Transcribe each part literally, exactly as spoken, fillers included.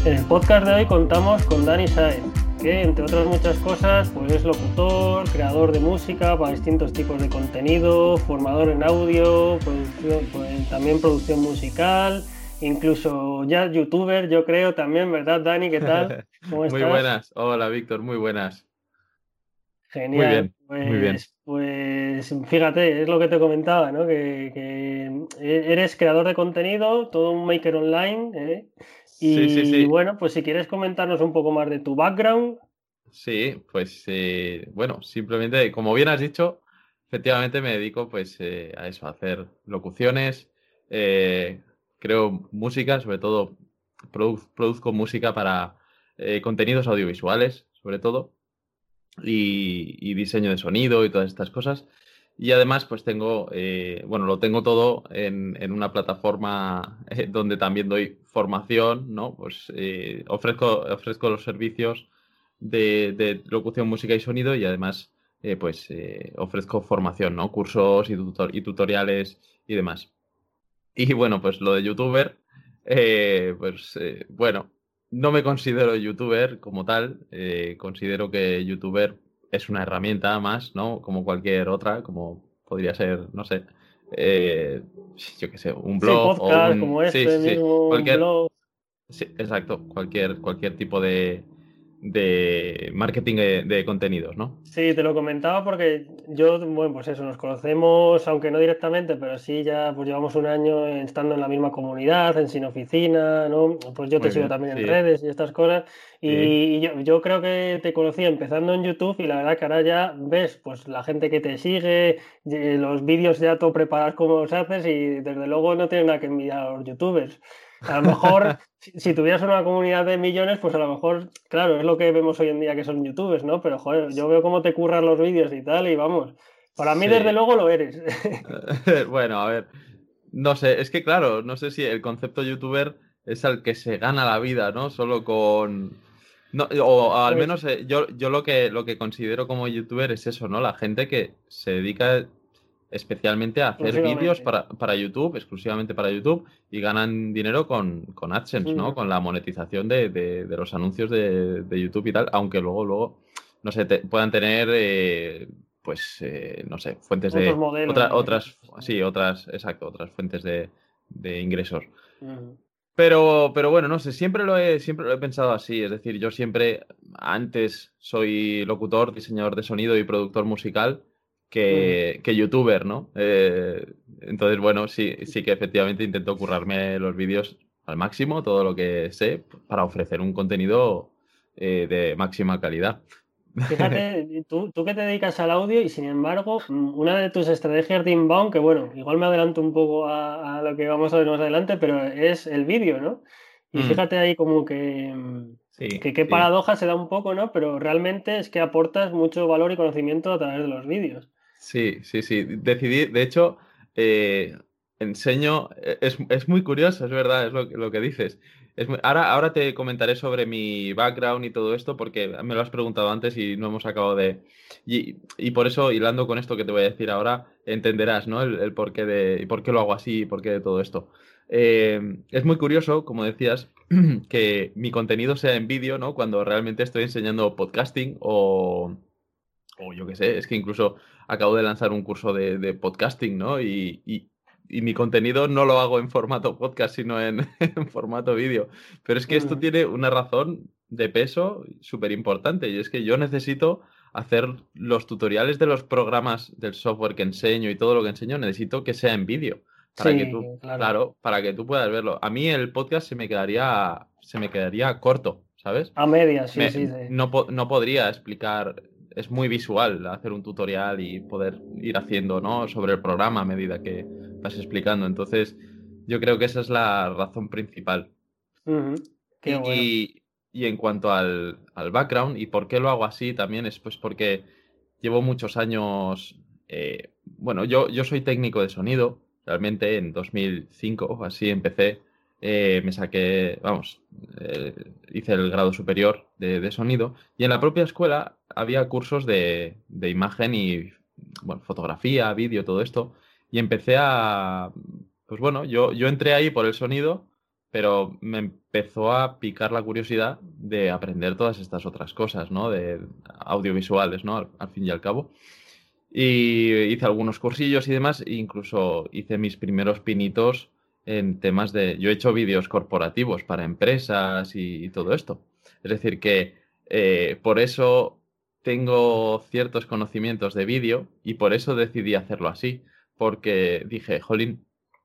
En el podcast de hoy contamos con Dani Sáenz, que entre otras muchas cosas pues es locutor, creador de música para distintos tipos de contenido, formador en audio, producción, pues, también producción musical, incluso ya youtuber, yo creo también, ¿verdad, Dani? ¿Qué tal? ¿Cómo Muy estás? buenas. Hola, Víctor, muy buenas. Muy Genial, bien, muy bien. pues, pues fíjate, es lo que te comentaba, ¿no? Que, que eres creador de contenido, todo un maker online, ¿eh? Sí, sí, Y sí. bueno, pues si quieres comentarnos un poco más de tu background. Sí, pues eh, bueno, simplemente, como bien has dicho, efectivamente me dedico pues eh, a eso, a hacer locuciones, eh, creo música, sobre todo produ- produzco música para eh, contenidos audiovisuales, sobre todo. y, y diseño de sonido y todas estas cosas. Y además, pues tengo, eh, bueno, lo tengo todo en, en una plataforma eh, donde también doy formación, ¿no? Pues eh, ofrezco, ofrezco los servicios de, de locución, música y sonido y además, eh, pues eh, ofrezco formación, ¿no? Cursos y, tutor- y tutoriales y demás. Y bueno, pues lo de youtuber, eh, pues eh, bueno, no me considero youtuber como tal, eh, considero que youtuber es una herramienta más, ¿no? Como cualquier otra, como podría ser, no sé, eh, yo qué sé, un Sí, blog o podcast un... como Sí, este sí, sí, mismo, un cualquier... blog. Sí, exacto, cualquier, cualquier tipo de, de marketing de, de contenidos, ¿no? Sí, te lo comentaba porque yo, bueno, pues eso, nos conocemos, aunque no directamente, pero sí ya pues llevamos un año estando en la misma comunidad, en Sin Oficina, ¿no? Pues yo te Muy sigo bien, también en sí, redes y estas cosas. sí. Y, y yo, yo creo que te conocí empezando en YouTube y la verdad que ahora ya ves, pues la gente que te sigue, y los vídeos ya todo preparados como los haces y desde luego no tiene nada que envidiar a los YouTubers. A lo mejor, si, si tuvieras una comunidad de millones, pues a lo mejor, claro, es lo que vemos hoy en día que son youtubers, ¿no? Pero joder, yo veo cómo te curras los vídeos y tal, y vamos, para mí desde Sí. luego lo eres. Bueno, a ver, no sé, es que claro, no sé si el concepto youtuber es al que se gana la vida, ¿no? Solo con... No, o al Pues menos eh, yo, yo lo que, lo que considero como youtuber es eso, ¿no? La gente que se dedica especialmente a hacer vídeos exclusivamente. para, para YouTube, exclusivamente para YouTube, y ganan dinero con, con AdSense, ¿no? Ujú. Con la monetización de, de- de los anuncios de, de YouTube y tal, aunque luego, luego, no sé, te- puedan tener, eh, pues, eh, no sé, fuentes Otros de... modelos de Otra, otras, ingresos sí, también. otras, exacto, otras fuentes de, de ingresos. Ujú. Pero, pero bueno, no sé, siempre lo he, siempre lo he pensado así. Es decir, yo siempre, antes soy locutor, diseñador de sonido y productor musical Ujú. que, que youtuber, ¿no? Eh, entonces, bueno, sí, sí que efectivamente intento currarme los vídeos al máximo, todo lo que sé, para ofrecer un contenido eh, de máxima calidad. Fíjate, tú, tú que te dedicas al audio y sin embargo, mm, una de tus estrategias de inbound, que bueno, igual me adelanto un poco a, a lo que vamos a ver más adelante, pero es el vídeo, ¿no? Y Mm, fíjate ahí como que, mm, sí, que qué sí. paradoja se da un poco, ¿no? Pero realmente es que aportas mucho valor y conocimiento a través de los vídeos. Sí, sí, sí. Decidí, de hecho, eh, enseño, eh, es, es muy curioso, es verdad, es lo, lo que dices. Es muy- ahora, ahora te comentaré sobre mi background y todo esto, porque me lo has preguntado antes y no hemos acabado de... Y, y por eso, hilando con esto que te voy a decir ahora, entenderás, ¿no? El, el porqué de, y por qué lo hago así y por qué de todo esto. Eh, es muy curioso, como decías, que mi contenido sea en vídeo, ¿no? Cuando realmente estoy enseñando podcasting o o yo qué sé, es que incluso acabo de lanzar un curso de, de podcasting, ¿no? Y, y- y mi contenido no lo hago en formato podcast, sino en, en formato vídeo. Pero es que esto Ujú. tiene una razón de peso súper importante y es que yo necesito hacer los tutoriales de los programas del software que enseño y todo lo que enseño, necesito que sea en vídeo para que Sí, tú, claro. claro, para que tú puedas verlo. A mí el podcast se me quedaría, se me quedaría corto, ¿sabes? A medias, sí, sí, Me, sí. no, po- no podría explicar, es muy visual hacer un tutorial y poder ir haciendo, ¿no? Sobre el programa a medida que vas explicando. Entonces, yo creo que esa es la razón principal. Ujú. Qué bueno. Y, y en cuanto al, al background y por qué lo hago así, también es pues porque llevo muchos años, eh, bueno, yo, yo soy técnico de sonido, realmente en dos mil cinco o así empecé, eh, me saqué, vamos, eh, hice el grado superior de, de sonido y en la propia escuela había cursos de, de imagen y, bueno, fotografía, vídeo, todo esto y empecé a, pues bueno, yo, yo entré ahí por el sonido, pero me empezó a picar la curiosidad de aprender todas estas otras cosas, ¿no? De audiovisuales, ¿no? Al, al fin y al cabo. Y hice algunos cursillos y demás, e incluso hice mis primeros pinitos en temas de... Yo he hecho vídeos corporativos para empresas y, y todo esto. Es decir, que eh, por eso tengo ciertos conocimientos de vídeo y por eso decidí hacerlo así. Porque dije, jolín,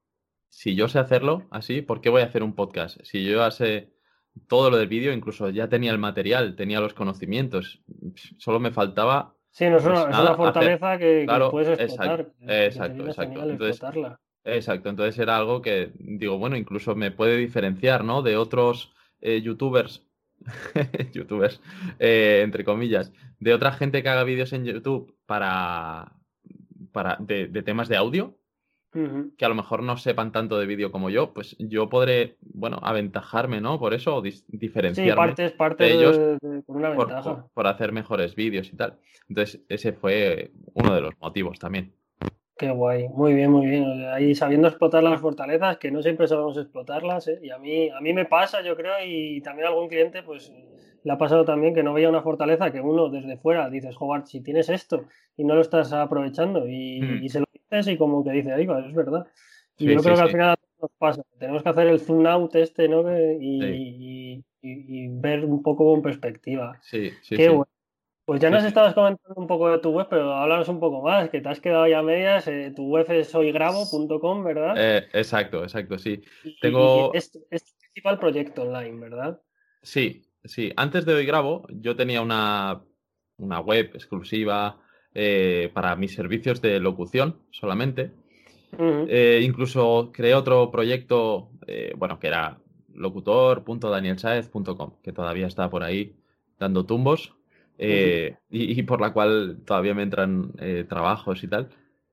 si yo sé hacerlo así, ¿por qué voy a hacer un podcast? Si yo ya sé todo lo del vídeo, incluso ya tenía el material, tenía los conocimientos, solo me faltaba, Sí, no es pues una, es nada, una hacer. fortaleza que, que Claro, puedes exacto, explotar, que, que exacto, sería exacto. genial Entonces, explotarla. exacto. Entonces era algo que digo, bueno, incluso me puede diferenciar, ¿no? De otros eh, youtubers, youtubers, eh, entre comillas, de otra gente que haga vídeos en YouTube para, para de, de temas de audio Ujú. que a lo mejor no sepan tanto de vídeo como yo, pues yo podré, bueno, aventajarme, ¿no? Por eso, o dis- Sí, diferenciarme partes, partes de ellos de- de- con una por, por, ventaja. por hacer mejores vídeos y tal. Entonces, ese fue uno de los motivos también. Qué guay, muy bien, muy bien. O sea, ahí sabiendo explotar las fortalezas, que no siempre sabemos explotarlas, ¿eh? Y a mí, a mí me pasa, yo creo, y también a algún cliente, pues le ha pasado también que no veía una fortaleza que uno desde fuera dices, joder, si tienes esto y no lo estás aprovechando, y, Mm, y se lo dices y como que dice, oiga, es verdad. Y sí, yo sí, creo que al sí, final a todos nos pasa. Tenemos que hacer el zoom out este, ¿no? Que- sí, Y, y- y- y ver un poco con perspectiva. sí, sí, Qué sí, bueno. Pues ya sí, nos sí. estabas comentando un poco de tu web, pero háblanos un poco más, que te has quedado ya a medias. Eh, tu web es hoygrabo punto com, ¿verdad? Eh, exacto, exacto, sí. Y Tengo, es, es tu principal proyecto online, ¿verdad? sí, sí. Antes de hoy grabo, yo tenía una, una web exclusiva eh, para mis servicios de locución solamente. Ujú, Eh, incluso creé otro proyecto, eh, bueno, que era locutor punto daniel saez punto com, que todavía está por ahí dando tumbos, ujú. eh, y, y por la cual todavía me entran eh, trabajos y tal.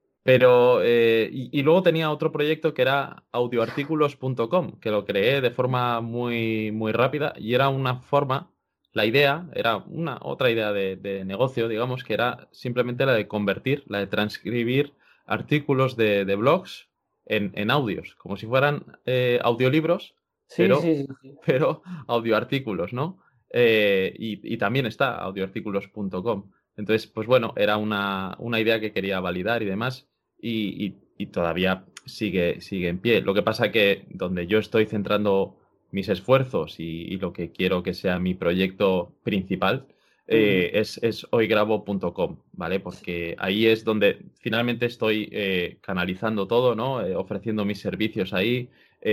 Pero, eh, y, y luego tenía otro proyecto que era audioartículos punto com, que lo creé de forma muy, muy rápida y era una forma, la idea era una otra idea de, de negocio, digamos, que era simplemente la de convertir, la de transcribir artículos de, de blogs en, en audios, como si fueran eh, audiolibros, Sí, pero, sí, sí, sí. pero audioartículos, ¿no? Eh, y, y también está audioartículos punto com. Entonces, pues bueno, era una, una idea que quería validar y demás y, y- y todavía sigue, sigue en pie. Lo que pasa que donde yo estoy centrando mis esfuerzos y, y lo que quiero que sea mi proyecto principal Ujú. eh, es, es hoygrabo punto com, ¿vale? Porque ahí es donde finalmente estoy eh, canalizando todo, ¿no? Eh, ofreciendo mis servicios ahí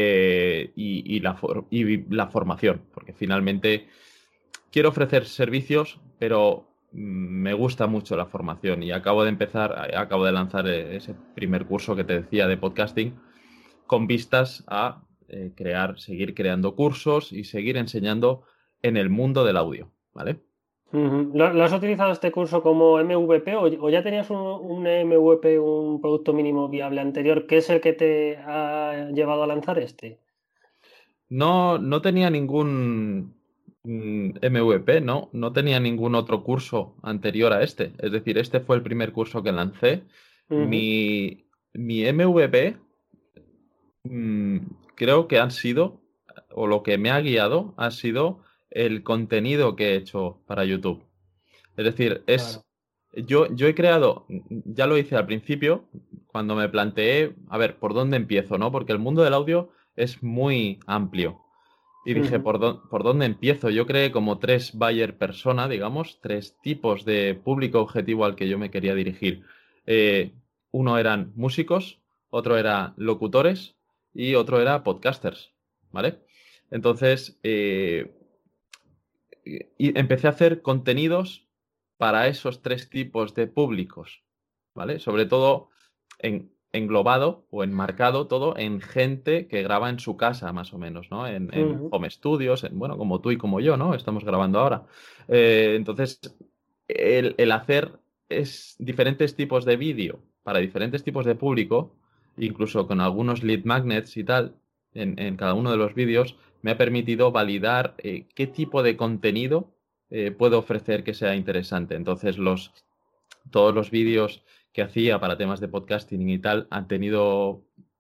eh, y, y la for- y la formación, porque finalmente quiero ofrecer servicios, pero mm, me gusta mucho la formación y acabo de empezar, eh, acabo de lanzar eh, ese primer curso que te decía de podcasting con vistas a eh, crear, seguir creando cursos y seguir enseñando en el mundo del audio, ¿vale? Ujú. ¿Lo, lo has utilizado este curso como M V P o, o ya tenías un, un M V P, un producto mínimo viable anterior, que es el que te ha llevado a lanzar este? No, no tenía ningún mm, M V P, ¿no? No tenía ningún otro curso anterior a este. Es decir, este fue el primer curso que lancé. Ujú. Mi, mi M V P Mm, creo que han sido, o lo que me ha guiado, ha sido el contenido que he hecho para YouTube. Es decir, Claro. es, yo, yo he creado, ya lo hice al principio, cuando me planteé, a ver, ¿por dónde empiezo, no? Porque el mundo del audio es muy amplio. Y dije, Ujú. ¿por, dó- por dónde empiezo? Yo creé como tres buyer persona, digamos, tres tipos de público objetivo al que yo me quería dirigir. Eh, uno eran músicos, otro era locutores y otro era podcasters, ¿vale? Entonces, eh, y empecé a hacer contenidos para esos tres tipos de públicos, ¿vale? Sobre todo en, englobado o enmarcado todo en gente que graba en su casa, más o menos, ¿no? En, en Ujú. home studios, en, bueno, como tú y como yo, ¿no? Estamos grabando ahora. Eh, entonces, el, el hacer es diferentes tipos de vídeo para diferentes tipos de público, incluso con algunos lead magnets y tal, en, en cada uno de los vídeos, me ha permitido validar eh, qué tipo de contenido eh, puedo ofrecer que sea interesante. Entonces, los, todos los vídeos que hacía para temas de podcasting y tal han tenido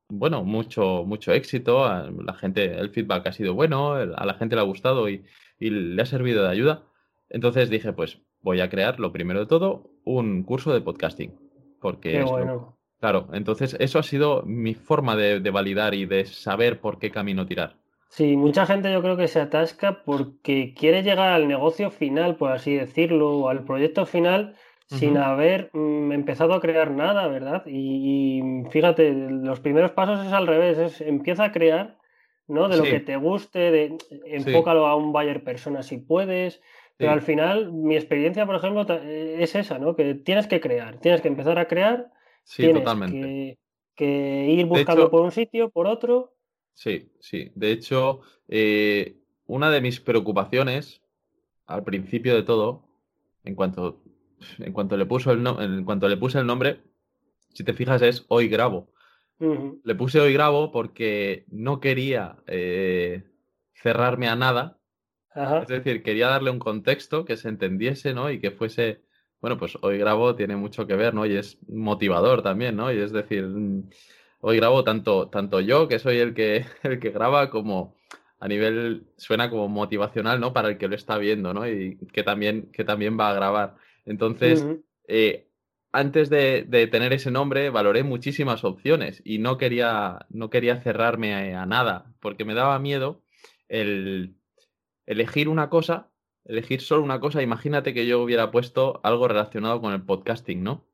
bueno, mucho, mucho éxito, a la gente, el feedback ha sido bueno, el- a la gente le ha gustado y, y le ha servido de ayuda. Entonces dije, pues voy a crear, lo primero de todo, un curso de podcasting, porque Qué es lo... bueno. Claro, entonces eso ha sido mi forma de, de validar y de saber por qué camino tirar. Sí, mucha gente yo creo que se atasca porque quiere llegar al negocio final, por así decirlo, o al proyecto final sin Ujú. haber mm, empezado a crear nada, ¿verdad? Y, y fíjate, los primeros pasos es al revés, es empieza a crear, ¿no? De lo que Sí, te guste, de, sí, enfócalo a un buyer persona si puedes, pero al sí, final mi experiencia, por ejemplo, ta- eh, es esa, ¿no? Que tienes que crear, tienes que empezar a crear, sí, tienes totalmente. que, que ir De buscando hecho, por un sitio, por otro. sí, sí. De hecho, eh, una de mis preocupaciones al principio de todo, en cuanto, en cuanto le puso el no- en cuanto le puse el nombre, si te fijas, es Hoy Grabo. Ujú. Le puse Hoy Grabo porque no quería eh, cerrarme a nada. Es Ajá. decir, quería darle un contexto que se entendiese, ¿no? Y que fuese, bueno, pues Hoy Grabo tiene mucho que ver, ¿no? Y es motivador también, ¿no? Y es decir, mm, Hoy Grabo tanto, tanto yo, que soy el que, el que graba, como a nivel, suena como motivacional, ¿no? Para el que lo está viendo, ¿no? Y que también, que también va a grabar. Entonces, Ujú. eh, antes de, de tener ese nombre, valoré muchísimas opciones y no quería, no quería cerrarme a, a nada, porque me daba miedo el elegir una cosa, elegir solo una cosa. Imagínate que yo hubiera puesto algo relacionado con el podcasting, ¿no?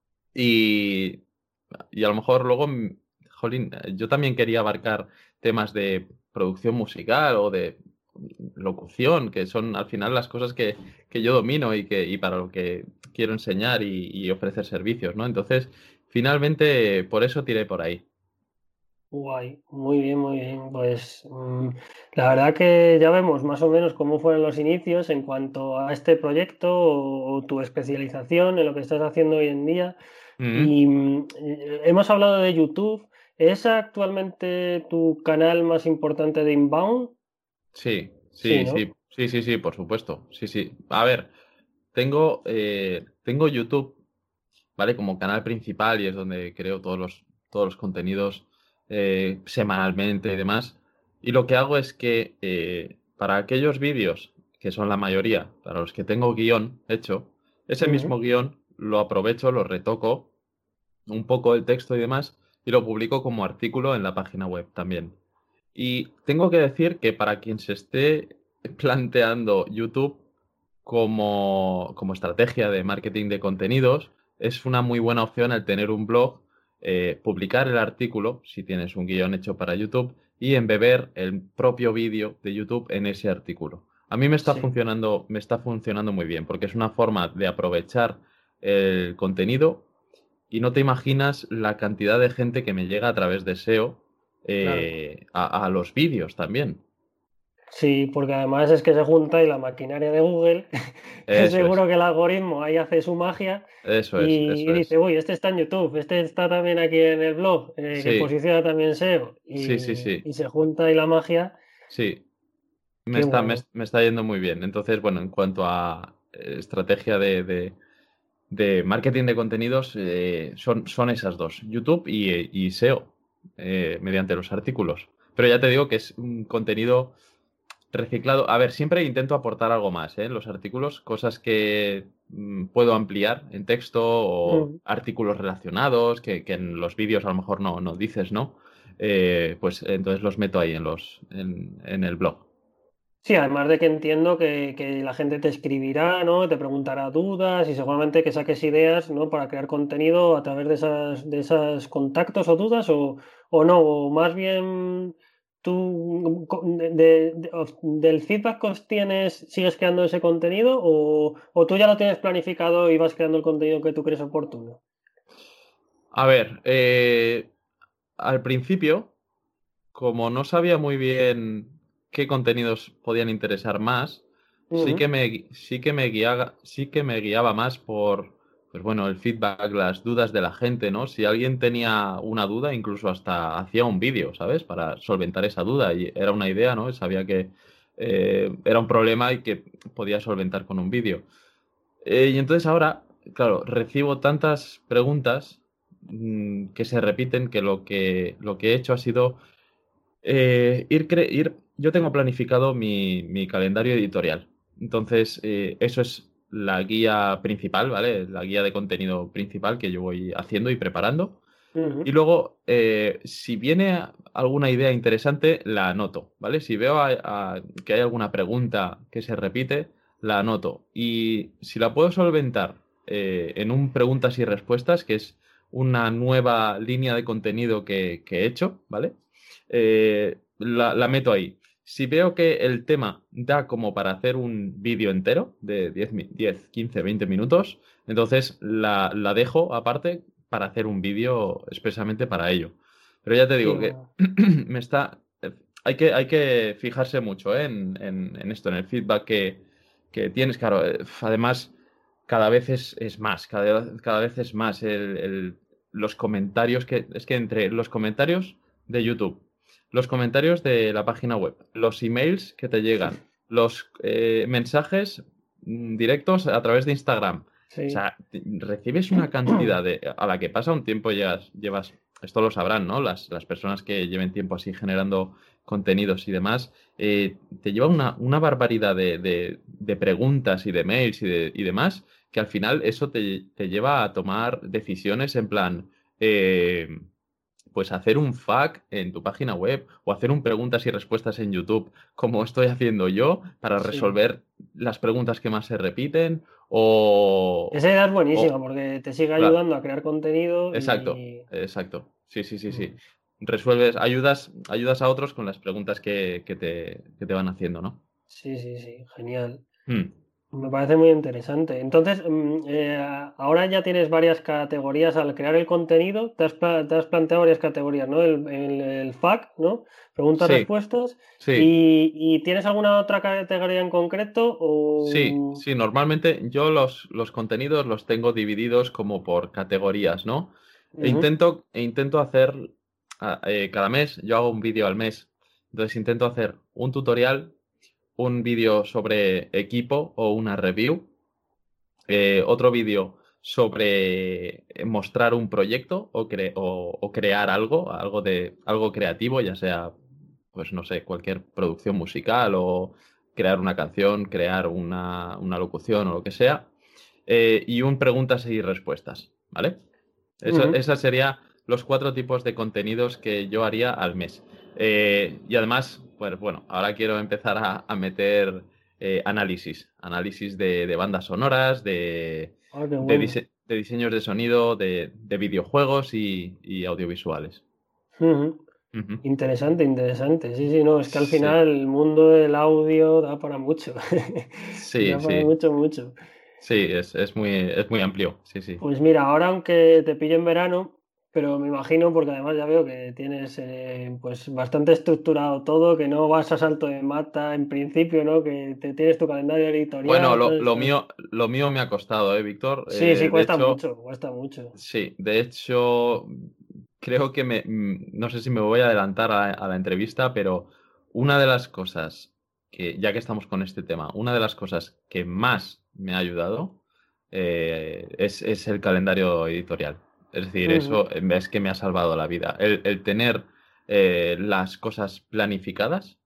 Y, y a lo mejor luego, mm, jolín, yo también quería abarcar temas de producción musical o de locución, que son al final las cosas que, que yo domino y, que, y para lo que quiero enseñar y, y ofrecer servicios, ¿no? Entonces, finalmente, por eso tiré por ahí. Guay, muy bien, muy bien. Pues mm, la verdad que ya vemos más o menos cómo fueron los inicios en cuanto a este proyecto o, o tu especialización en lo que estás haciendo hoy en día. Mm, Y mm, eh, hemos hablado de YouTube. ¿Es actualmente tu canal más importante de inbound? sí, Sí, sí, ¿no? sí, sí, sí, sí, por supuesto. Sí, sí. A ver. Tengo, eh, tengo YouTube, ¿vale? Como canal principal y es donde creo todos los, todos los contenidos eh, semanalmente y demás. Y lo que hago es que eh, para aquellos vídeos, que son la mayoría, para los que tengo guión hecho, ese Ujú. mismo guión lo aprovecho, lo retoco un poco el texto y demás y lo publico como artículo en la página web también. Y tengo que decir que para quien se esté planteando YouTube como, como estrategia de marketing de contenidos, es una muy buena opción el tener un blog, eh, publicar el artículo, si tienes un guión hecho para YouTube, y embeber el propio vídeo de YouTube en ese artículo. A mí me está Sí. funcionando, me está funcionando muy bien, porque es una forma de aprovechar el contenido y no te imaginas la cantidad de gente que me llega a través de S E O Claro. eh, a, a los vídeos también. Sí, porque además es que se junta y la maquinaria de Google, Eso es, seguro que el algoritmo ahí hace su magia eso es, y, y eso dice, es. uy, este está en YouTube, este está también aquí en el blog, eh, que Sí, posiciona también S E O, sí, sí, y, sí, y se junta ahí la magia, sí. Me qué está, me, bueno. me está yendo muy bien. Entonces, bueno, en cuanto a eh, estrategia de, de- de marketing de contenidos, eh, son, son esas dos, YouTube y, y S E O, eh, mediante los artículos. Pero ya te digo que es un contenido reciclado. A ver, siempre intento aportar algo más, ¿eh? En los artículos, cosas que mm, puedo ampliar en texto o Mm. artículos relacionados que, que en los vídeos a lo mejor no, no dices, ¿no? Eh, pues entonces los meto ahí en los, en, en el blog. Sí, además de que entiendo que, que la gente te escribirá, ¿no? Te preguntará dudas y seguramente que saques ideas, ¿no? Para crear contenido a través de esas, de esos contactos o dudas o, o no, o más bien tú co- de- de- de- of- del feedback que obtienes sigues creando ese contenido o, o tú ya lo tienes planificado y vas creando el contenido que tú crees oportuno. A ver, eh, al principio, como no sabía muy bien qué contenidos podían interesar más, sí Ujú. que me, sí que me guiaba, sí que me guiaba más por, pues bueno, el feedback, las dudas de la gente, ¿no? Si alguien tenía una duda, incluso hasta hacía un vídeo, ¿sabes? Para solventar esa duda. Y era una idea, ¿no? Sabía que eh, era un problema y que podía solventar con un vídeo. Eh, y entonces ahora, claro, recibo tantas preguntas mmm, que se repiten, que lo que, lo que he hecho ha sido eh, ir, cre- ir... Yo tengo planificado mi, mi calendario editorial. Entonces, eh, eso es la guía principal, ¿vale? La guía de contenido principal que yo voy haciendo y preparando. Y Ujú. luego, eh, si viene alguna idea interesante, la anoto, ¿vale? Si veo a- a- que hay alguna pregunta que se repite, la anoto. Y si la puedo solventar eh, en un preguntas y respuestas, que es una nueva línea de contenido que, que he hecho, ¿vale? Eh, la, la meto ahí. Si veo que el tema da como para hacer un vídeo entero de diez, mi- diez, quince, veinte minutos, entonces la, la dejo aparte para hacer un vídeo expresamente para ello. Pero ya te Sí, digo que bueno, me está. eh, Hay que, hay que fijarse mucho, ¿eh? en, en- en esto, en el feedback que, que tienes. Claro, eh, además, cada vez es, es más, cada, cada vez es más el- el- los comentarios que. Es que entre los comentarios de YouTube, los comentarios de la página web, los emails que te llegan, los eh, mensajes mm, directos a través de Instagram. O sí. sea, te- recibes una cantidad de. A la que pasa un tiempo llevas, llevas. Esto lo sabrán, ¿no? Las, las personas que lleven tiempo así generando contenidos y demás. Eh, te lleva una, una barbaridad de, de- de preguntas y de mails y, de- y demás, que al final eso te, te lleva a tomar decisiones en plan. eh, pues hacer un F A Q en tu página web o hacer un preguntas y respuestas en YouTube, como estoy haciendo yo, para Sí. resolver las preguntas que más se repiten o... Esa idea es o buenísima porque te sigue claro, ayudando a crear contenido exacto, y... exacto. Sí, sí, sí, sí. Mm. Resuelves, ayudas, ayudas a otros con las preguntas que, que te, que te van haciendo, ¿no? Sí, sí, sí, genial. Mm. Me parece muy interesante. Entonces, mm, eh, ahora ya tienes varias categorías al crear el contenido. Te has, pla- te has planteado varias categorías, ¿no? El, el, el F A Q, ¿no? Sí, Preguntas-respuestas. sí. ¿Y, y tienes alguna otra categoría en concreto? Sí, O... sí, normalmente yo los, los contenidos los tengo divididos como por categorías, ¿no? E Ujú, intento, e intento hacer, a- eh, cada mes, yo hago un vídeo al mes, entonces intento hacer un tutorial, un vídeo sobre equipo o una review, eh, otro vídeo sobre eh, mostrar un proyecto o, cre- o- o crear algo, algo de, algo creativo, ya sea, pues no sé, cualquier producción musical o crear una canción, crear una, una locución o lo que sea, eh, y un preguntas y respuestas, ¿vale? Eso, ujú. esas serían los cuatro tipos de contenidos que yo haría al mes. Eh, y además, pues bueno, ahora quiero empezar a, a meter eh, análisis, análisis de, de bandas sonoras, de, Ah, qué de, bueno. dise- de diseños de sonido, de, de videojuegos y, y audiovisuales. Ujú. Ujú. Interesante, interesante. Sí, sí, no, es que al Sí, final el mundo del audio da para mucho. sí, Da para sí, mucho, mucho. sí, es, es muy, es muy amplio, sí, sí. Pues mira, ahora aunque te pillo en verano, pero me imagino, porque además ya veo que tienes eh, pues bastante estructurado todo, que no vas a salto de mata en principio, ¿no? Que te tienes tu calendario Bueno, editorial, lo, todo lo esto. mío, lo mío me ha costado, ¿eh, Víctor? Sí, sí, Eh, de cuesta hecho, mucho, cuesta mucho. sí, de hecho, creo que me, mm, no sé si me voy a adelantar a, a la entrevista, pero una de las cosas que, ya que estamos con este tema, una de las cosas que más me ha ayudado eh, es, es el calendario editorial. Es decir, Ujú. eso eh, es que me ha salvado la vida. El, el tener eh, las cosas planificadas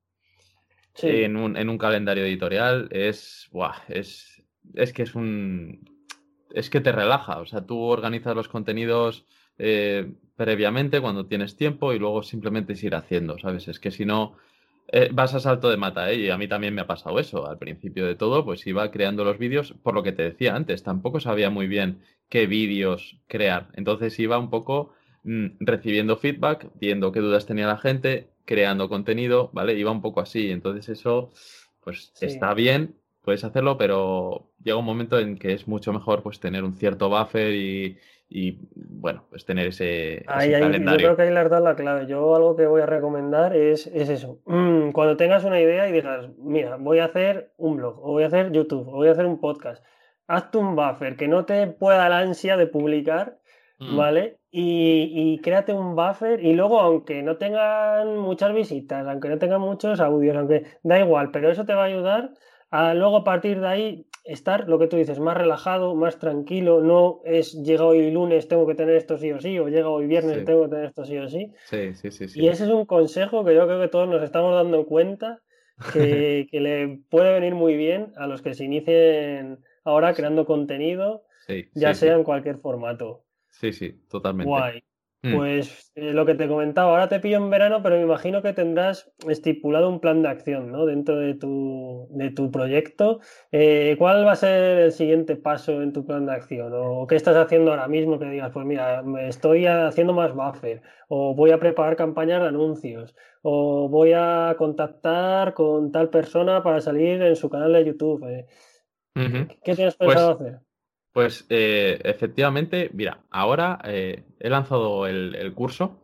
Sí, en un, en un calendario editorial es, buah, es, es que es un, es que te relaja. O sea, tú organizas los contenidos eh, previamente cuando tienes tiempo y luego simplemente es ir haciendo, ¿sabes? Es que si no, eh, vas a salto de mata, ¿eh? Y a mí también me ha pasado eso. Al principio de todo, pues iba creando los vídeos, por lo que te decía antes, tampoco sabía muy bien qué vídeos crear. Entonces iba un poco mm, recibiendo feedback, viendo qué dudas tenía la gente, creando contenido, ¿vale? Iba un poco así. Entonces eso, pues sí. está bien, puedes hacerlo, pero llega un momento en que es mucho mejor pues tener un cierto buffer y, y, bueno, pues tener ese, Ahí, ese ahí, yo creo calendario. que ahí le has dado la clave. Yo algo que voy a recomendar es, es eso. Mm, cuando tengas una idea y digas, mira, voy a hacer un blog, o voy a hacer YouTube, o voy a hacer un podcast, hazte un buffer que no te pueda la ansia de publicar, Mm, ¿vale? Y, y créate un buffer y luego, aunque no tengan muchas visitas, aunque no tengan muchos audios, aunque da igual, pero eso te va a ayudar a luego a partir de ahí estar, lo que tú dices, más relajado, más tranquilo, no es llega hoy lunes, tengo que tener esto sí o sí, o llega hoy viernes, Sí, tengo que tener esto sí o sí. sí, sí, sí, Y sí. ese es un consejo que yo creo que todos nos estamos dando cuenta que, que le puede venir muy bien a los que se inicien ahora creando contenido, Sí, ya sí, sea sí. en cualquier formato. Sí, sí, totalmente. Guay. Mm. Pues eh, lo que te comentaba, ahora te pillo en verano, pero me imagino que tendrás estipulado un plan de acción, ¿no? Dentro de tu, de tu proyecto. Eh, ¿cuál va a ser el siguiente paso en tu plan de acción? ¿O qué estás haciendo ahora mismo que digas, pues mira, me estoy haciendo más buffer, o voy a preparar campañas de anuncios, o voy a contactar con tal persona para salir en su canal de YouTube? Eh, ¿qué, Ujú. qué tienes pensado Pues, hacer? pues eh, efectivamente, mira, ahora eh, he lanzado el, el curso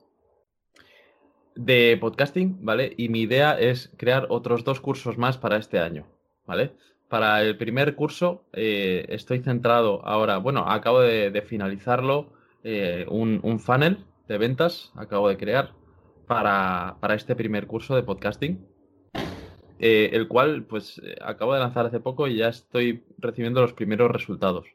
de podcasting, ¿vale? Y mi idea es crear otros dos cursos más para este año, ¿vale? Para el primer curso eh, estoy centrado ahora, bueno, acabo de, de finalizarlo, eh, un, un funnel de ventas, acabo de crear para, para este primer curso de podcasting, eh, el cual pues eh, acabo de lanzar hace poco y ya estoy recibiendo los primeros resultados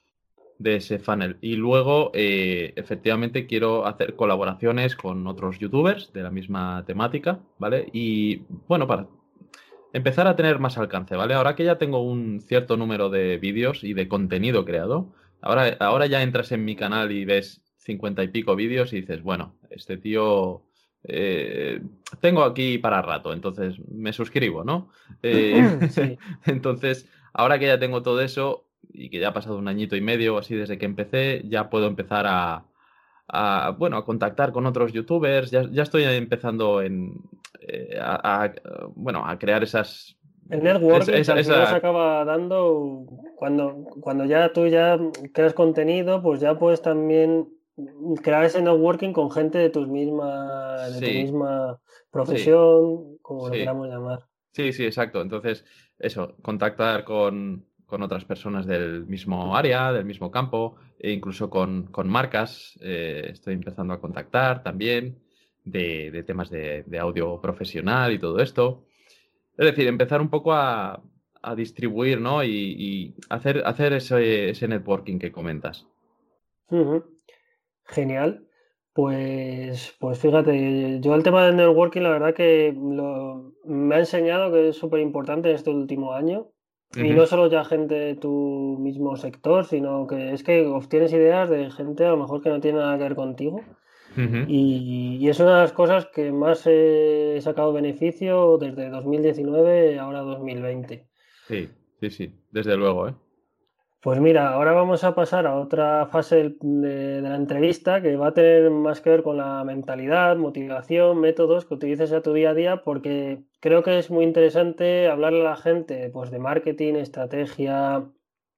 de ese funnel. Y luego, eh, efectivamente, quiero hacer colaboraciones con otros youtubers de la misma temática, ¿vale? Y bueno, para empezar a tener más alcance, ¿vale? Ahora que ya tengo un cierto número de vídeos y de contenido creado, ahora, ahora ya entras en mi canal y ves cincuenta y pico vídeos y dices, bueno, este tío... eh, tengo aquí para rato, entonces me suscribo, ¿no? Eh, Sí. entonces, ahora que ya tengo todo eso y que ya ha pasado un añito y medio o así desde que empecé, ya puedo empezar a, a, bueno, a contactar con otros youtubers. Ya, ya estoy empezando en, eh, a, a, bueno, a crear esas, El esa, networking que esa, al final se esa- acaba dando cuando, cuando ya tú ya creas contenido, pues ya puedes también crear ese networking con gente de tus misma, de tu Sí, misma sí, profesión, como lo sí, queramos llamar. sí, sí, exacto. Entonces, eso, contactar con, con otras personas del mismo área, del mismo campo, e incluso con, con marcas. Eh, estoy empezando a contactar también de, de temas de, de audio profesional y todo esto. Es decir, empezar un poco a, a distribuir, ¿no? Y, y hacer, hacer ese, ese networking que comentas. Ujú. Genial. Pues, pues fíjate, yo el tema del networking, la verdad que lo- me ha enseñado que es súper importante este último año. Y Ujú, no solo ya gente de tu mismo sector, sino que es que obtienes ideas de gente a lo mejor que no tiene nada que ver contigo. ujú. Y, y es una de las cosas que más he sacado beneficio desde dos mil diecinueve ahora dos mil veinte. Sí, sí, sí, desde luego, ¿eh? Pues mira, ahora vamos a pasar a otra fase del- de, de la entrevista que va a tener más que ver con la mentalidad, motivación, métodos que utilices a tu día a día, porque creo que es muy interesante hablarle a la gente pues, de marketing, estrategia,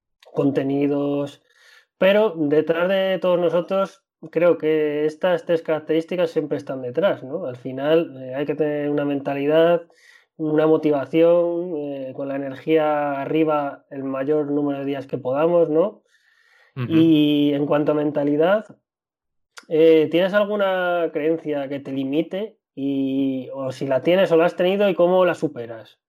contenidos, pero detrás de todos nosotros creo que estas tres características siempre están detrás, ¿no? Al final eh, hay que tener una mentalidad, una motivación, eh, con la energía arriba el mayor número de días que podamos, ¿no? Ujú. Y en cuanto a mentalidad, eh, ¿tienes alguna creencia que te limite? Y, o si la tienes o la has tenido y cómo la superas.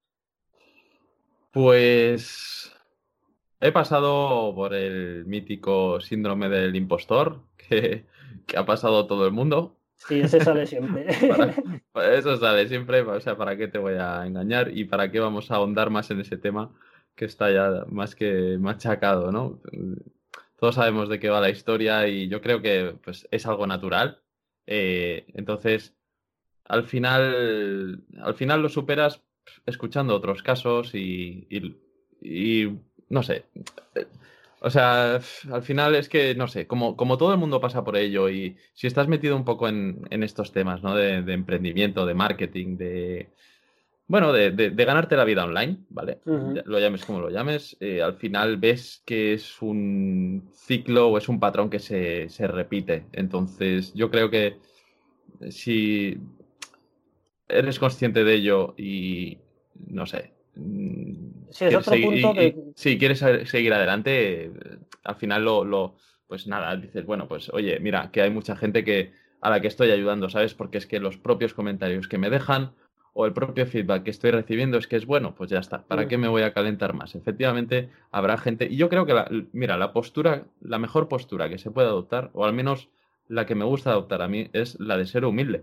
Pues he pasado por el mítico síndrome del impostor que, que ha pasado todo el mundo. Sí, ese sale siempre. Para, para eso sale siempre, o sea, ¿para qué te voy a engañar? ¿Y para qué vamos a ahondar más en ese tema que está ya más que machacado, ¿no? Todos sabemos de qué va la historia y yo creo que pues, es algo natural. Eh, entonces, al final, al final lo superas escuchando otros casos y, y- y no sé. O sea, al final es que, no sé, como, como todo el mundo pasa por ello y si estás metido un poco en, en estos temas, ¿no? De, de emprendimiento, de marketing, de, bueno, de, de- de ganarte la vida online, ¿vale? Ya- Ujú. Lo llames como lo llames, eh, al final ves que es un ciclo o es un patrón que se, se repite. Entonces, yo creo que si eres consciente de ello y, no sé, mm, Sí, es quieres otro seguir, punto y, que, y si quieres se- seguir adelante, eh, al final lo, lo, pues nada, dices, bueno, pues oye, mira, que hay mucha gente que, a la que estoy ayudando, ¿sabes? Porque es que los propios comentarios que me dejan o el propio feedback que estoy recibiendo es que es bueno, pues ya está. ¿Para Mm, qué me voy a calentar más? Efectivamente, habrá gente. Y yo creo que, la, mira, la postura, la mejor postura que se puede adoptar, o al menos la que me gusta adoptar a mí, es la de ser humilde.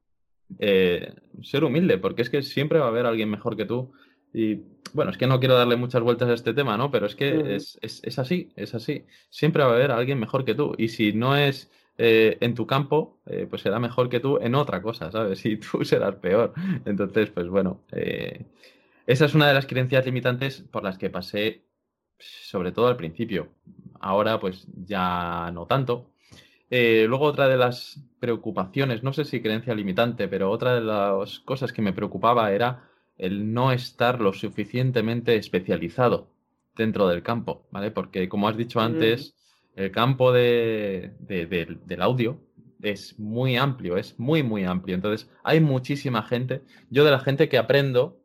Eh, ser humilde, porque es que siempre va a haber alguien mejor que tú. Y bueno, es que no quiero darle muchas vueltas a este tema, ¿no? Pero es que ujú. es, es, es así, es así. Siempre va a haber alguien mejor que tú. Y si no es eh, en tu campo, eh, pues será mejor que tú en otra cosa, ¿sabes? Y tú serás peor. Entonces, pues bueno, eh, esa es una de las creencias limitantes por las que pasé, sobre todo al principio. Ahora, pues ya no tanto. Eh, luego otra de las preocupaciones, no sé si creencia limitante, pero otra de las cosas que me preocupaba era el no estar lo suficientemente especializado dentro del campo, ¿vale? Porque como has dicho Mm, antes, el campo de, de- del del audio es muy amplio, es muy, muy amplio. Entonces, hay muchísima gente. Yo de la gente que aprendo,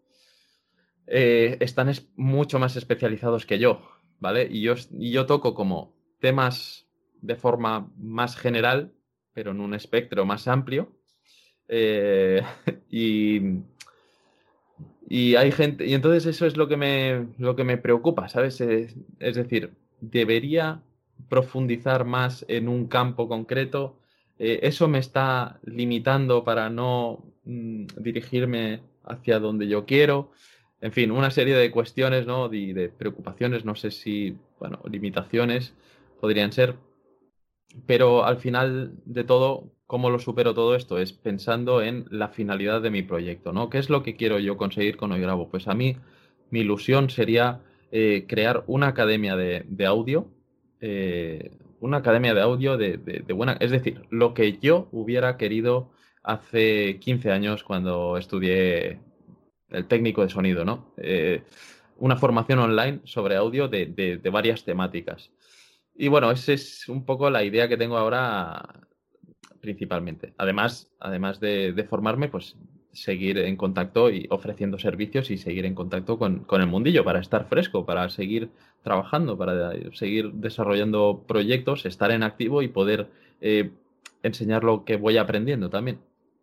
eh, están es- mucho más especializados que yo, ¿vale? Y yo, y yo toco como temas de forma más general, pero en un espectro más amplio. eh, y, y hay gente, y entonces eso es lo que me, lo que me preocupa, ¿sabes? Es, es decir, debería profundizar más en un campo concreto. Eh, eso me está limitando para no mm, dirigirme hacia donde yo quiero. En fin, una serie de cuestiones, ¿no? De, de preocupaciones, no sé si, bueno, limitaciones podrían ser, pero al final de todo, ¿cómo lo supero todo esto? Es pensando en la finalidad de mi proyecto, ¿no? ¿Qué es lo que quiero yo conseguir con Hoy Grabo? Pues a mí, mi ilusión sería eh, crear una academia de, de audio, eh, una academia de audio de, de- de buena, es decir, lo que yo hubiera querido hace quince años cuando estudié el técnico de sonido, ¿no? Eh, una formación online sobre audio de, de- de varias temáticas. Y bueno, esa es un poco la idea que tengo ahora principalmente. Además, además de, de formarme, pues seguir en contacto y ofreciendo servicios y seguir en contacto con, con el mundillo para estar fresco, para seguir trabajando, para seguir desarrollando proyectos, estar en activo y poder eh, enseñar lo que voy aprendiendo también.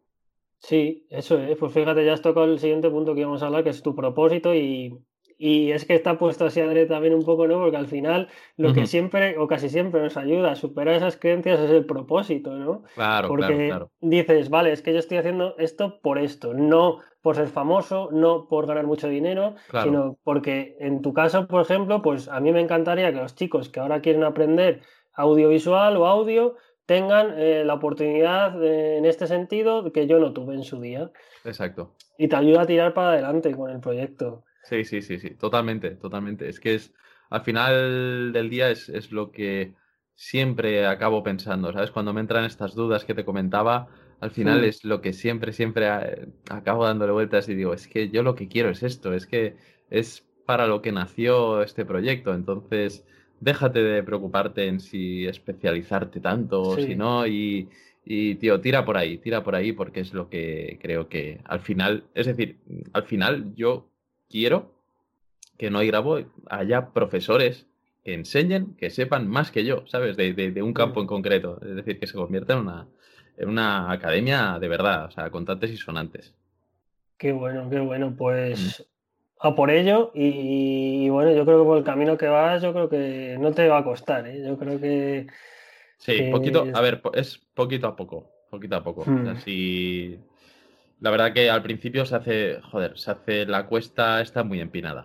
sí, eso es. Pues fíjate, ya has tocado el siguiente punto que íbamos a hablar, que es tu propósito y, y es que está puesto así adrede también un poco, ¿no? Porque al final lo que Ujú. siempre o casi siempre nos ayuda a superar esas creencias es el propósito, ¿no? Claro, claro, Porque claro. dices, vale, es que yo estoy haciendo esto por esto, no por ser famoso, no por ganar mucho dinero, Claro. sino porque en tu caso, por ejemplo, pues a mí me encantaría que los chicos que ahora quieren aprender audiovisual o audio tengan eh, la oportunidad eh, en este sentido que yo no tuve en su día. Exacto. Y te ayuda a tirar para adelante con el proyecto. Sí, sí, sí, sí, totalmente, totalmente. Es que es, al final del día es, es lo que siempre acabo pensando, ¿sabes? Cuando me entran estas dudas que te comentaba, al final Mm, es lo que siempre, siempre eh, acabo dándole vueltas y digo, es que yo lo que quiero es esto, es que es para lo que nació este proyecto, entonces déjate de preocuparte en si especializarte tanto o si sí. no y, y, tío, tira por ahí, tira por ahí porque es lo que creo que al final, es decir, al final yo quiero que no hay grabo haya profesores que enseñen, que sepan más que yo, ¿sabes? De, de- de un campo en Mm. concreto. Es decir, que se convierta en una, en una academia de verdad, o sea, contantes y sonantes. Qué bueno, qué bueno. Mm. Pues a por ello. Y, bueno, yo creo que por el camino que vas, yo creo que no te va a costar, ¿eh? Yo creo que, Sí, poquito, que... a ver, po- es poquito a poco, poquito a poco. O sea, Mm, sí, la verdad que al principio se hace, joder, se hace la cuesta, está muy empinada.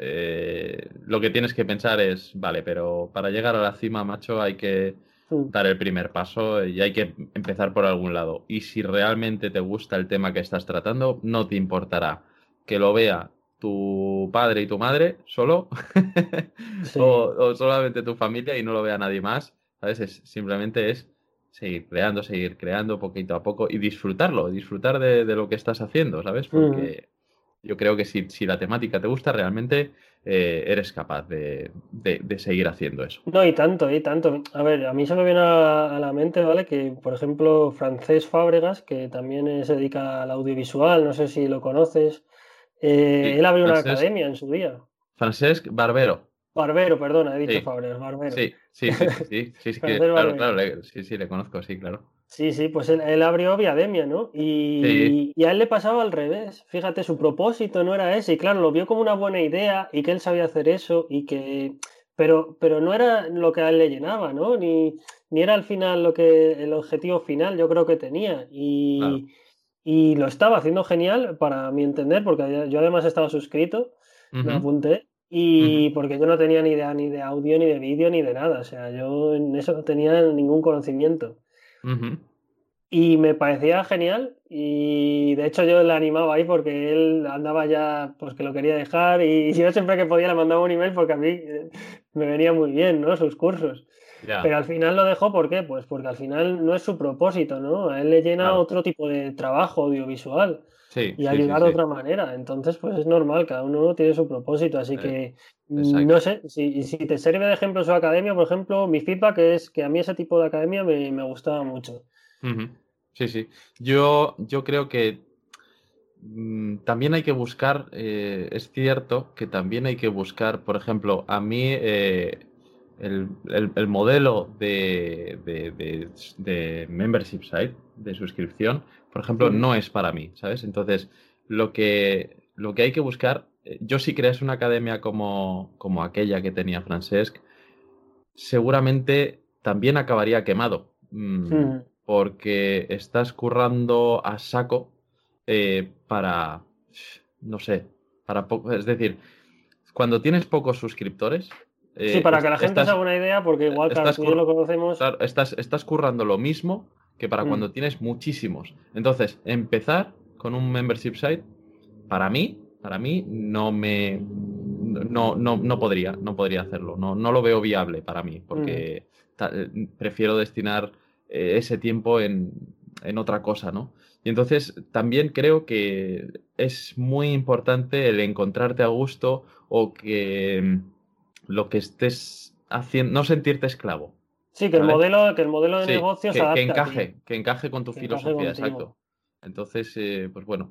Eh, lo que tienes que pensar es, vale, pero para llegar a la cima, macho, hay que mm, dar el primer paso y hay que empezar por algún lado. Y si realmente te gusta el tema que estás tratando, no te importará que lo vea tu padre y tu madre solo o, sí. o solamente tu familia y no lo vea nadie más. ¿Sabes? Es, simplemente es seguir creando, seguir creando poquito a poco y disfrutarlo, disfrutar de, de lo que estás haciendo, ¿sabes? Ujú. Porque yo creo que si, si la temática te gusta, realmente eh, eres capaz de, de- de seguir haciendo eso. No, y tanto, y tanto. A ver, a mí se me viene a, a la mente, ¿vale? Que, por ejemplo, Francés Fábregas, que también eh, se dedica al audiovisual, no sé si lo conoces, eh, Sí, él abrió una Francesc, academia en su día. Francesc Barbero. Barbero, perdona, he dicho Sí, Fábregas, Barbero. sí, sí, sí, sí, sí, sí, sí, que, Francés claro, claro, Barbero. le- sí, sí, le conozco, sí, claro. Sí, sí, pues él, él abrió Viademia, ¿no? Sí, Y, y a él le pasaba al revés. Fíjate, su propósito no era ese. Y claro, lo vio como una buena idea y que él sabía hacer eso y que... Pero, pero no era lo que a él le llenaba, ¿no? Ni, ni era al final lo que el objetivo final yo creo que tenía. claro. Y, y lo estaba haciendo genial para mi entender, porque yo además estaba suscrito, me Ujú, apunté. ujú, Y porque yo no tenía ni idea ni de audio, ni de vídeo, ni de nada. O sea, yo en eso no tenía ningún conocimiento. ujú. Y me parecía genial y de hecho yo le animaba ahí porque él andaba ya, pues que lo quería dejar y yo siempre que podía le mandaba un email porque a mí eh, me venía muy bien, ¿no? Sus cursos. Ya, Pero al final lo dejó, ¿por qué? Pues porque al final no es su propósito, ¿no? A él le llena claro. otro tipo de trabajo audiovisual Sí, y sí, sí, ayudar de sí. otra manera. Entonces, pues es normal, cada uno tiene su propósito. Así Eh, que, mm, exacto. no sé, si, si te sirve de ejemplo su academia, por ejemplo, mi feedback es que a mí ese tipo de academia me, me gustaba mucho. Ujú. Sí, sí. Yo, yo creo que mm, también hay que buscar, eh, es cierto que también hay que buscar, por ejemplo, a mí eh, el, el- el modelo de, de, de- de membership site, de suscripción, por ejemplo, Ujú. no es para mí, ¿sabes? Entonces, lo que, lo que hay que buscar, eh, yo si creas una academia como, como aquella que tenía Francesc, seguramente también acabaría quemado, mm, Ujú. porque estás currando a saco eh, para, no sé, para poco, es decir, cuando tienes pocos suscriptores, Sí, eh, para es- que la gente se estás, haga una idea, porque igual, claro, estás, tú y yo lo cur- conocemos. claro, estás, estás currando lo mismo que para Mm, cuando tienes muchísimos. Entonces, empezar con un membership site, para mí, para mí, no me, no, no, no podría, no podría hacerlo. No, no lo veo viable para mí, mm. porque ta- eh, prefiero destinar eh, ese tiempo en, en otra cosa, ¿no? Y entonces también creo que es muy importante el encontrarte a gusto o que mm, lo que estés haciendo, no sentirte esclavo, Sí, que el ¿sabes? modelo, que el modelo de Sí, negocio se que, que adapte a ti, encaje, que encaje con tu que encaje filosofía, contigo. exacto. Entonces, eh, pues bueno,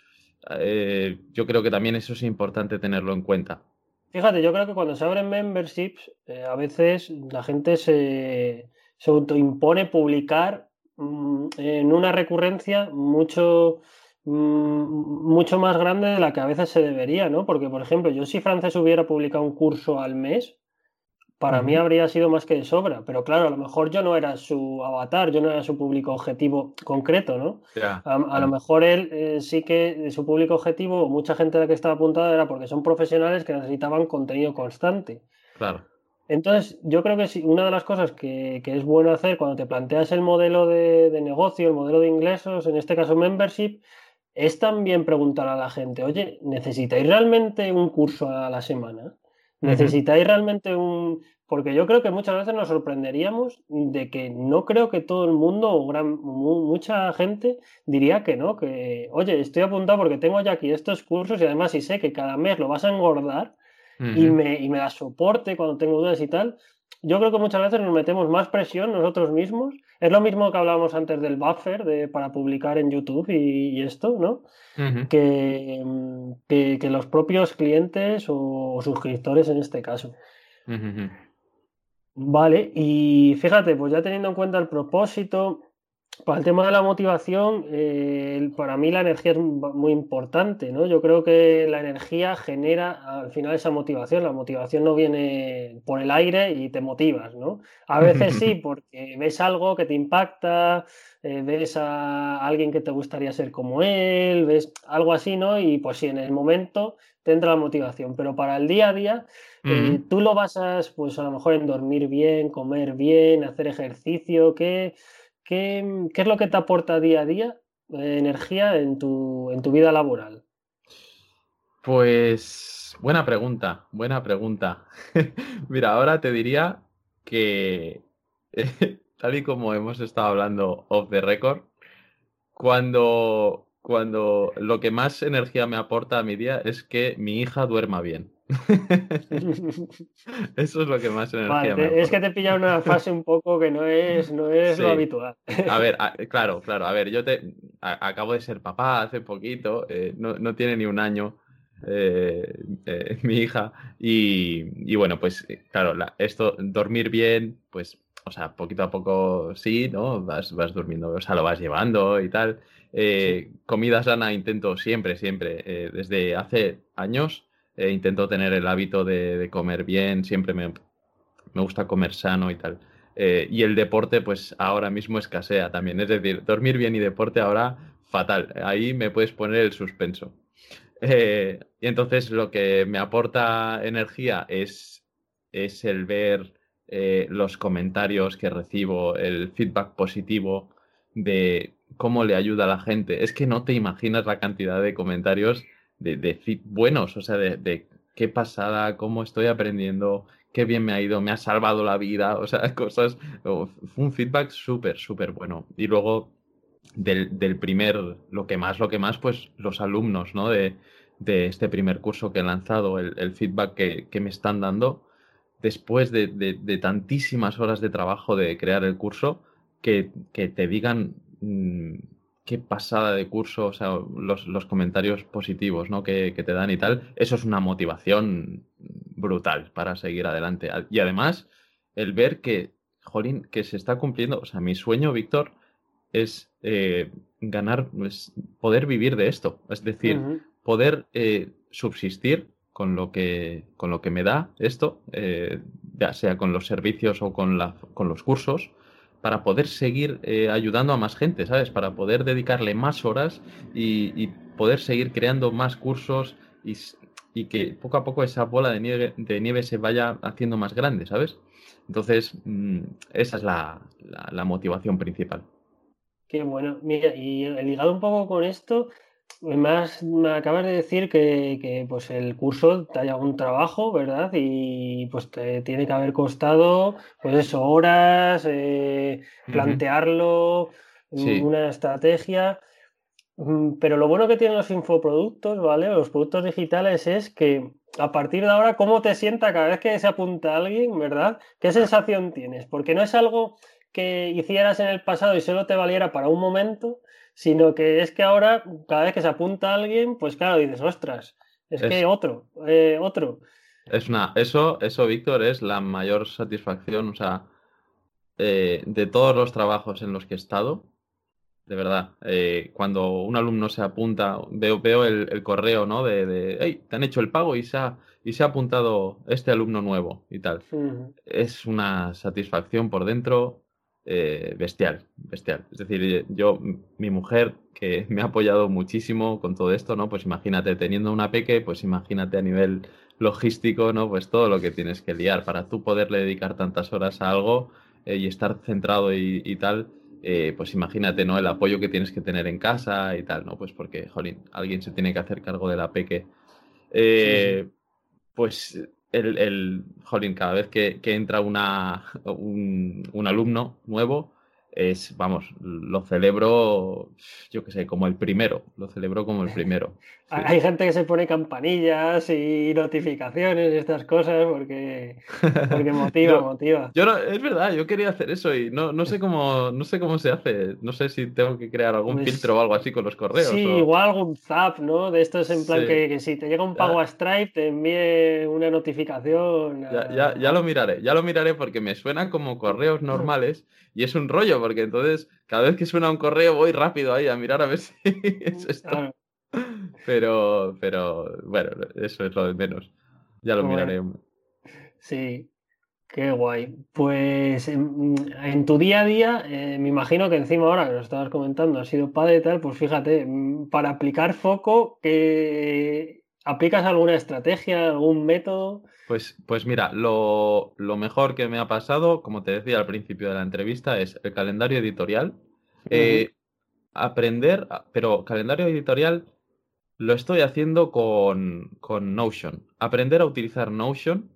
eh, yo creo que también eso es importante tenerlo en cuenta. Fíjate, yo creo que cuando se abren memberships, eh, a veces la gente se, se autoimpone publicar mm, en una recurrencia mucho, mm, mucho más grande de la que a veces se debería, ¿no? Porque, por ejemplo, yo si Frances hubiera publicado un curso al mes, para mí Ujú. habría sido más que de sobra, pero claro, a lo mejor yo no era su avatar, yo no era su público objetivo concreto, ¿no? Ya, A, a lo claro, mejor él eh, sí que su público objetivo, mucha gente de la que estaba apuntada era porque son profesionales que necesitaban contenido constante. claro. Entonces, yo creo que sí, una de las cosas que, que es bueno hacer cuando te planteas el modelo de, de negocio, el modelo de ingresos, en este caso membership, es también preguntar a la gente, oye, ¿necesitáis realmente un curso a la semana? Ujú. ¿Necesitáis realmente un...? Porque yo creo que muchas veces nos sorprenderíamos de que no creo que todo el mundo o gran, mu- mucha gente diría que no, que, oye, estoy apuntado porque tengo ya aquí estos cursos y además si sé que cada mes lo vas a engordar y Ujú. me, y me da soporte cuando tengo dudas y tal. Yo creo que muchas veces nos metemos más presión nosotros mismos. Es lo mismo que hablábamos antes del buffer de, para publicar en YouTube y, y esto, ¿no? Ujú. Que, mm, que, que los propios clientes o, o suscriptores en este caso. Ujú. Vale, y fíjate, pues ya teniendo en cuenta el propósito, para el tema de la motivación, eh, el- para mí la energía es mu- muy importante, ¿no? Yo creo que la energía genera al final esa motivación. La motivación no viene por el aire y te motivas, ¿no? A veces sí, porque ves algo que te impacta, eh, ves a alguien que te gustaría ser como él, ves algo así, ¿no? Y pues sí, en el momento te entra la motivación, pero para el día a día Ujú. eh, tú lo basas, pues a lo mejor en dormir bien, comer bien, hacer ejercicio. ¿Qué, qué, qué es lo que te aporta día a día eh, energía en tu, en tu vida laboral? Pues buena pregunta, buena pregunta. Mira, ahora te diría que, tal y como hemos estado hablando off the record, cuando, cuando lo que más energía me aporta a mi día es que mi hija duerma bien. Eso es lo que más Vale, energía me te- es que aporta. te pilla una fase un poco que no es, no es lo Sí. habitual. A ver, a- claro, claro. A ver, yo te a- acabo de ser papá hace poquito, eh, no, no tiene ni un año eh, eh, mi hija. Y, y bueno, pues eh, claro, la- esto, dormir bien, pues o sea, poquito a poco sí, ¿no? Vas, vas durmiendo, o sea, lo vas llevando y tal. Eh, comida sana intento siempre, siempre. Eh, desde hace años eh, intento tener el hábito de, de comer bien, siempre me, me gusta comer sano y tal. Eh, y el deporte, pues ahora mismo escasea también. Es decir, dormir bien y deporte ahora fatal. Ahí me puedes poner el suspenso. Eh, y entonces lo que me aporta energía es, es el ver eh, los comentarios que recibo, el feedback positivo de cómo le ayuda a la gente. Es que no te imaginas la cantidad de comentarios de, de feed- buenos, o sea, de, de qué pasada, cómo estoy aprendiendo, qué bien me ha ido, me ha salvado la vida, o sea, cosas. oh, Fue un feedback súper, súper bueno. Y luego del, del primer, lo que más, lo que más, pues los alumnos, ¿no? De, de este primer curso que he lanzado, el, el feedback que, que me están dando después de, de- de tantísimas horas de trabajo de crear el curso, que, que te digan mm, qué pasada de curso, o sea, los, los comentarios positivos, ¿no? que, que te dan y tal, eso es una motivación brutal para seguir adelante. Y además, el ver que, jolín, que se está cumpliendo, o sea, mi sueño, Víctor, es eh, ganar, pues, poder vivir de esto. Es decir, Ujú. poder eh, subsistir con lo que, con lo que me da esto, eh, ya sea con los servicios o con, la, con los cursos, para poder seguir eh, ayudando a más gente, ¿sabes? Para poder dedicarle más horas y, y poder seguir creando más cursos y, s- y que poco a poco esa bola de nieve, de nieve se vaya haciendo más grande, ¿sabes? Entonces, mm, esa es la, la la motivación principal. Qué bueno. Mira, y ligado un poco con esto, me, has- me acabas de decir que, que, pues el curso te ha llevado un trabajo, ¿verdad? Y pues te tiene que haber costado, pues eso, horas, eh, Ujú. plantearlo, mm, Sí, una estrategia. Mm, Pero lo bueno que tienen los infoproductos, ¿vale? Los productos digitales es que a partir de ahora, ¿cómo te sienta cada vez que se apunta alguien, ¿verdad? ¿Qué sensación tienes? Porque no es algo que hicieras en el pasado y solo te valiera para un momento, sino que es que ahora, cada vez que se apunta alguien, pues claro, dices, ostras, es que es, otro, eh, otro. es una, eso, eso, Víctor, es la mayor satisfacción, o sea, eh, de todos los trabajos en los que he estado, de verdad, eh, cuando un alumno se apunta, veo, veo el, el correo, ¿no? De, de, hey, te han hecho el pago y se ha, y se ha apuntado este alumno nuevo y tal. Ujú. Es una satisfacción por dentro eh, bestial, bestial. Es decir, yo, mi mujer, que me ha apoyado muchísimo con todo esto, ¿no? Pues imagínate, teniendo una peque, pues imagínate a nivel logístico, ¿no? Pues todo lo que tienes que liar para tú poderle dedicar tantas horas a algo eh, y estar centrado y, y tal. Eh, pues imagínate, ¿no? El apoyo que tienes que tener en casa y tal, ¿no? Pues porque, jolín, alguien se tiene que hacer cargo de la peque. Sí, sí. Eh, pues el, el jolín, cada vez que, que entra una, un, un alumno nuevo, es, vamos, lo celebro, yo qué sé, como el primero, lo celebro como el primero, sí. Hay gente que se pone campanillas y notificaciones y estas cosas porque, porque motiva, Yo, motiva. yo no, es verdad, yo quería hacer eso y no, no sé cómo, no sé cómo se hace, no sé si tengo que crear algún filtro Pues o algo así con los sí, correos o... igual algún zap, ¿no? De estos en plan Sí, que, que si te llega un pago ya, a Stripe, te envíe una notificación Ya, ya, a... ya lo a- miraré, ya lo miraré porque me suena como correos normales y es un rollo, porque entonces cada vez que suena un correo voy rápido ahí a mirar a ver si es esto. Claro, Pero, pero, bueno, eso es lo de menos. Ya lo bueno, miraré. sí, qué guay. Pues en, en tu día a día, eh, me imagino que encima ahora que lo estabas comentando, has sido padre y tal, pues fíjate, mm, para aplicar foco, que ¿aplicas alguna estrategia, algún método? Pues, pues mira, lo, lo mejor que me ha pasado, como te decía al principio de la entrevista, es el calendario editorial. Ujú, Eh, aprender, a- pero calendario editorial lo estoy haciendo con, con Notion. Aprender a utilizar Notion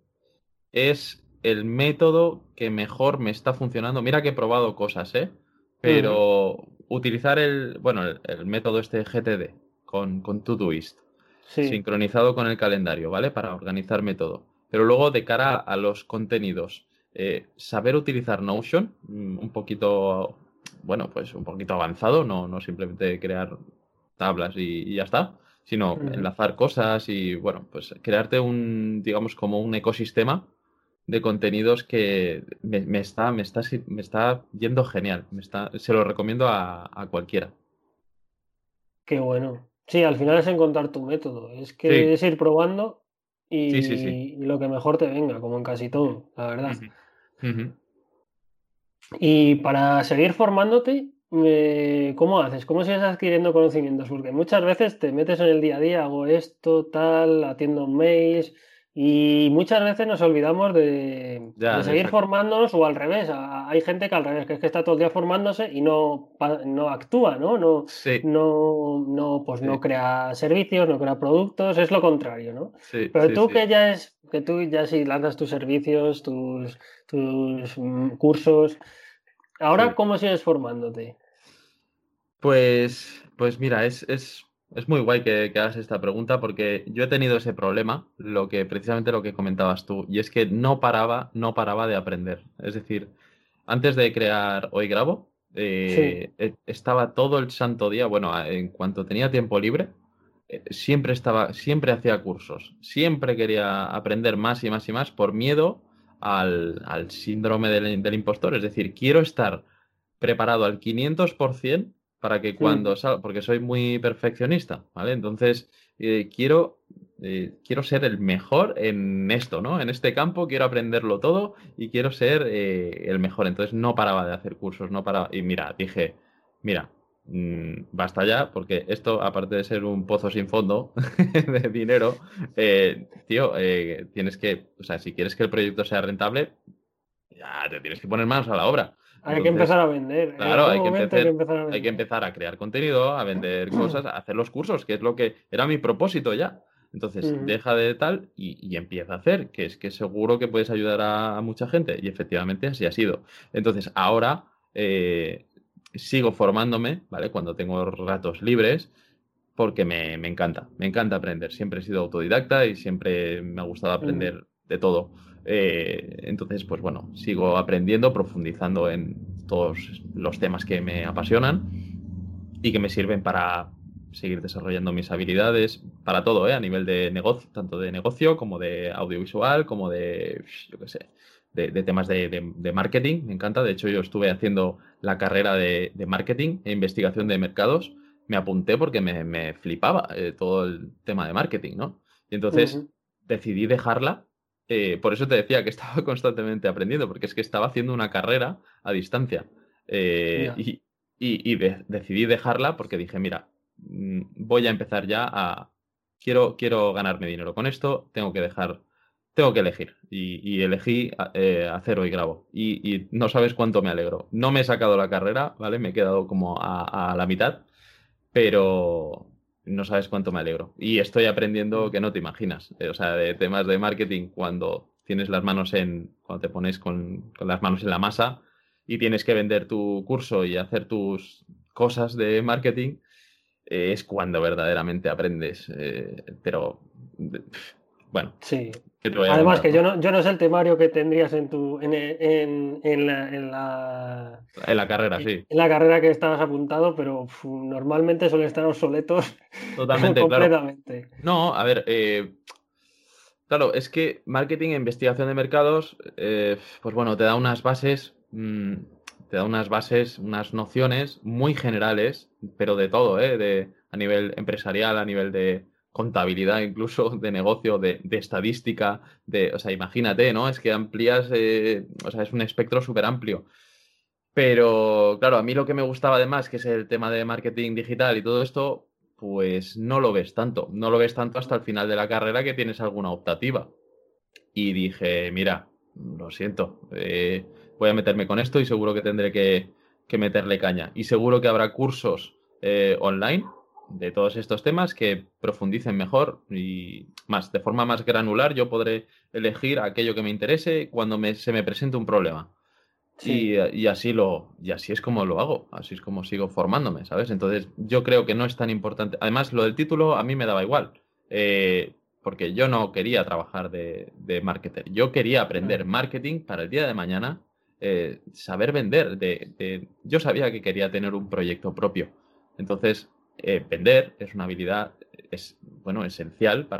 es el método que mejor me está funcionando. Mira que he probado cosas, ¿eh? ujú, Pero utilizar el, bueno, el, el método este G T D con, con Todoist, sí. sincronizado con el calendario, ¿vale? Para organizarme todo. Pero luego de cara a los contenidos, eh, saber utilizar Notion, mm, un poquito, bueno, pues un poquito avanzado, no, no simplemente crear tablas y, y ya está, sino Ujú, enlazar cosas y, bueno, pues crearte un, digamos, como un ecosistema de contenidos que me, me está, me está, si- me está yendo genial. Me está, se lo recomiendo a, a cualquiera. Qué bueno. Sí, al final es encontrar tu método. Es que Sí, es ir probando sí, sí, sí. y lo que mejor te venga, como en casi todo, la verdad. Ujú, ujú. Y para seguir formándote, eh, ¿cómo haces? ¿Cómo sigues adquiriendo conocimientos? Porque muchas veces te metes en el día a día, hago esto, tal, atiendo mails y muchas veces nos olvidamos de, de Ya, seguir exacto. formándonos o al revés. a- Hay gente que al revés, que es que está todo el día formándose y no, pa- no actúa, ¿no? No, Sí, no, no, pues no sí, crea servicios, no crea productos, es lo contrario, ¿no? sí, Pero sí, tú sí. que ya es, que tú ya si lanzas tus servicios, tus, tus mm, cursos. Ahora, Sí. ¿cómo sigues formándote? Pues, pues mira, es, es, es muy guay que, que hagas esta pregunta porque yo he tenido ese problema, lo que, precisamente lo que comentabas tú, y es que no paraba, no paraba de aprender. Es decir, antes de crear Hoy Grabo, Sí, eh, eh, estaba todo el santo día, bueno, a- en cuanto tenía tiempo libre, eh, siempre estaba, siempre hacía cursos, siempre quería aprender más y más y más por miedo al, al síndrome del, del impostor. Es decir, quiero estar preparado al quinientos por ciento para que mm, cuando salga, porque soy muy perfeccionista, ¿vale? Entonces, eh, quiero, eh, quiero ser el mejor en esto, ¿no? En este campo quiero aprenderlo todo y quiero ser eh, el mejor. Entonces, no paraba de hacer cursos, no paraba. Y mira, dije, mira, mm, basta ya, porque esto, aparte de ser un pozo sin fondo de dinero, eh, tío, eh, tienes que, o sea, si quieres que el proyecto sea rentable, ya te tienes que poner manos a la obra. hay que Entonces, empezar a vender. En claro, algún hay que momento hay que empezar, empezar a hay que vender. empezar a crear contenido, a vender cosas, a hacer los cursos, que es lo que era mi propósito ya. Entonces, Ujú, deja de tal y, y empieza a hacer, que es que seguro que puedes ayudar a, a mucha gente. Y efectivamente así ha sido. Entonces, ahora eh, sigo formándome, ¿vale? Cuando tengo ratos libres, porque me, me encanta, me encanta aprender. Siempre he sido autodidacta y siempre me ha gustado ujú. aprender de todo. Eh, entonces, pues bueno, sigo aprendiendo, profundizando en todos los temas que me apasionan y que me sirven para seguir desarrollando mis habilidades, para todo, ¿eh? A nivel de negocio, tanto de negocio como de audiovisual, como de, yo qué sé, de, de temas de, de- de marketing. Me encanta. De hecho, yo estuve haciendo la carrera de, de marketing e investigación de mercados. Me apunté porque me, me flipaba eh, todo el tema de marketing, ¿no? Y entonces Ujú, decidí dejarla. Eh, por eso te decía que estaba constantemente aprendiendo, porque es que estaba haciendo una carrera a distancia. Eh, ya. y, y, y de- decidí dejarla porque dije, mira, mm, voy a empezar ya a... Quiero, quiero ganarme dinero con esto, tengo que dejar, tengo que elegir. Y, y elegí eh, hacer Hoy Grabo. Y, y no sabes cuánto me alegro. No me he sacado la carrera, ¿vale? Me he quedado como a, a la mitad, pero no sabes cuánto me alegro. Y estoy aprendiendo Mm. que no te imaginas. Eh, o sea, de temas de marketing, cuando tienes las manos en, cuando te pones con, con las manos en la masa y tienes que vender tu curso y hacer tus cosas de marketing, eh, es cuando verdaderamente aprendes. Eh, pero, pf, bueno, Sí. ¿qué te voy a Además contar, que yo no? no, yo no sé el temario que tendrías en tu, en, e- en, en la, en la, En la carrera, en sí. la carrera que estabas apuntado, pero uf, normalmente suelen estar obsoletos Totalmente, claro. completamente. No, a ver, eh, claro, es que marketing e investigación de mercados, eh, pues bueno, te da unas bases, mm, te da unas bases, unas nociones muy generales, pero de todo, ¿eh? De, a nivel empresarial, a nivel de contabilidad, incluso de negocio, de, de estadística, de, o sea, imagínate, ¿no? Es que amplías, eh, o sea, es un espectro súper amplio. Pero claro, a mí lo que me gustaba además, que es el tema de marketing digital y todo esto, pues no lo ves tanto. No lo ves tanto hasta el final de la carrera que tienes alguna optativa. Y dije, mira, lo siento, eh, voy a meterme con esto y seguro que tendré que, que meterle caña. Y seguro que habrá cursos eh, online de todos estos temas que profundicen mejor y más, de forma más granular, yo podré elegir aquello que me interese cuando me- se me presente un problema. Y, Sí. y así lo, y así es como lo hago, así es como sigo formándome, ¿sabes? Entonces, yo creo que no es tan importante. Además, lo del título a mí me daba igual, eh, porque yo no quería trabajar de, de marketer. Yo quería aprender Claro. marketing para el día de mañana, eh, saber vender. De, de- Yo sabía que quería tener un proyecto propio. Entonces, eh, vender es una habilidad, es, bueno, esencial para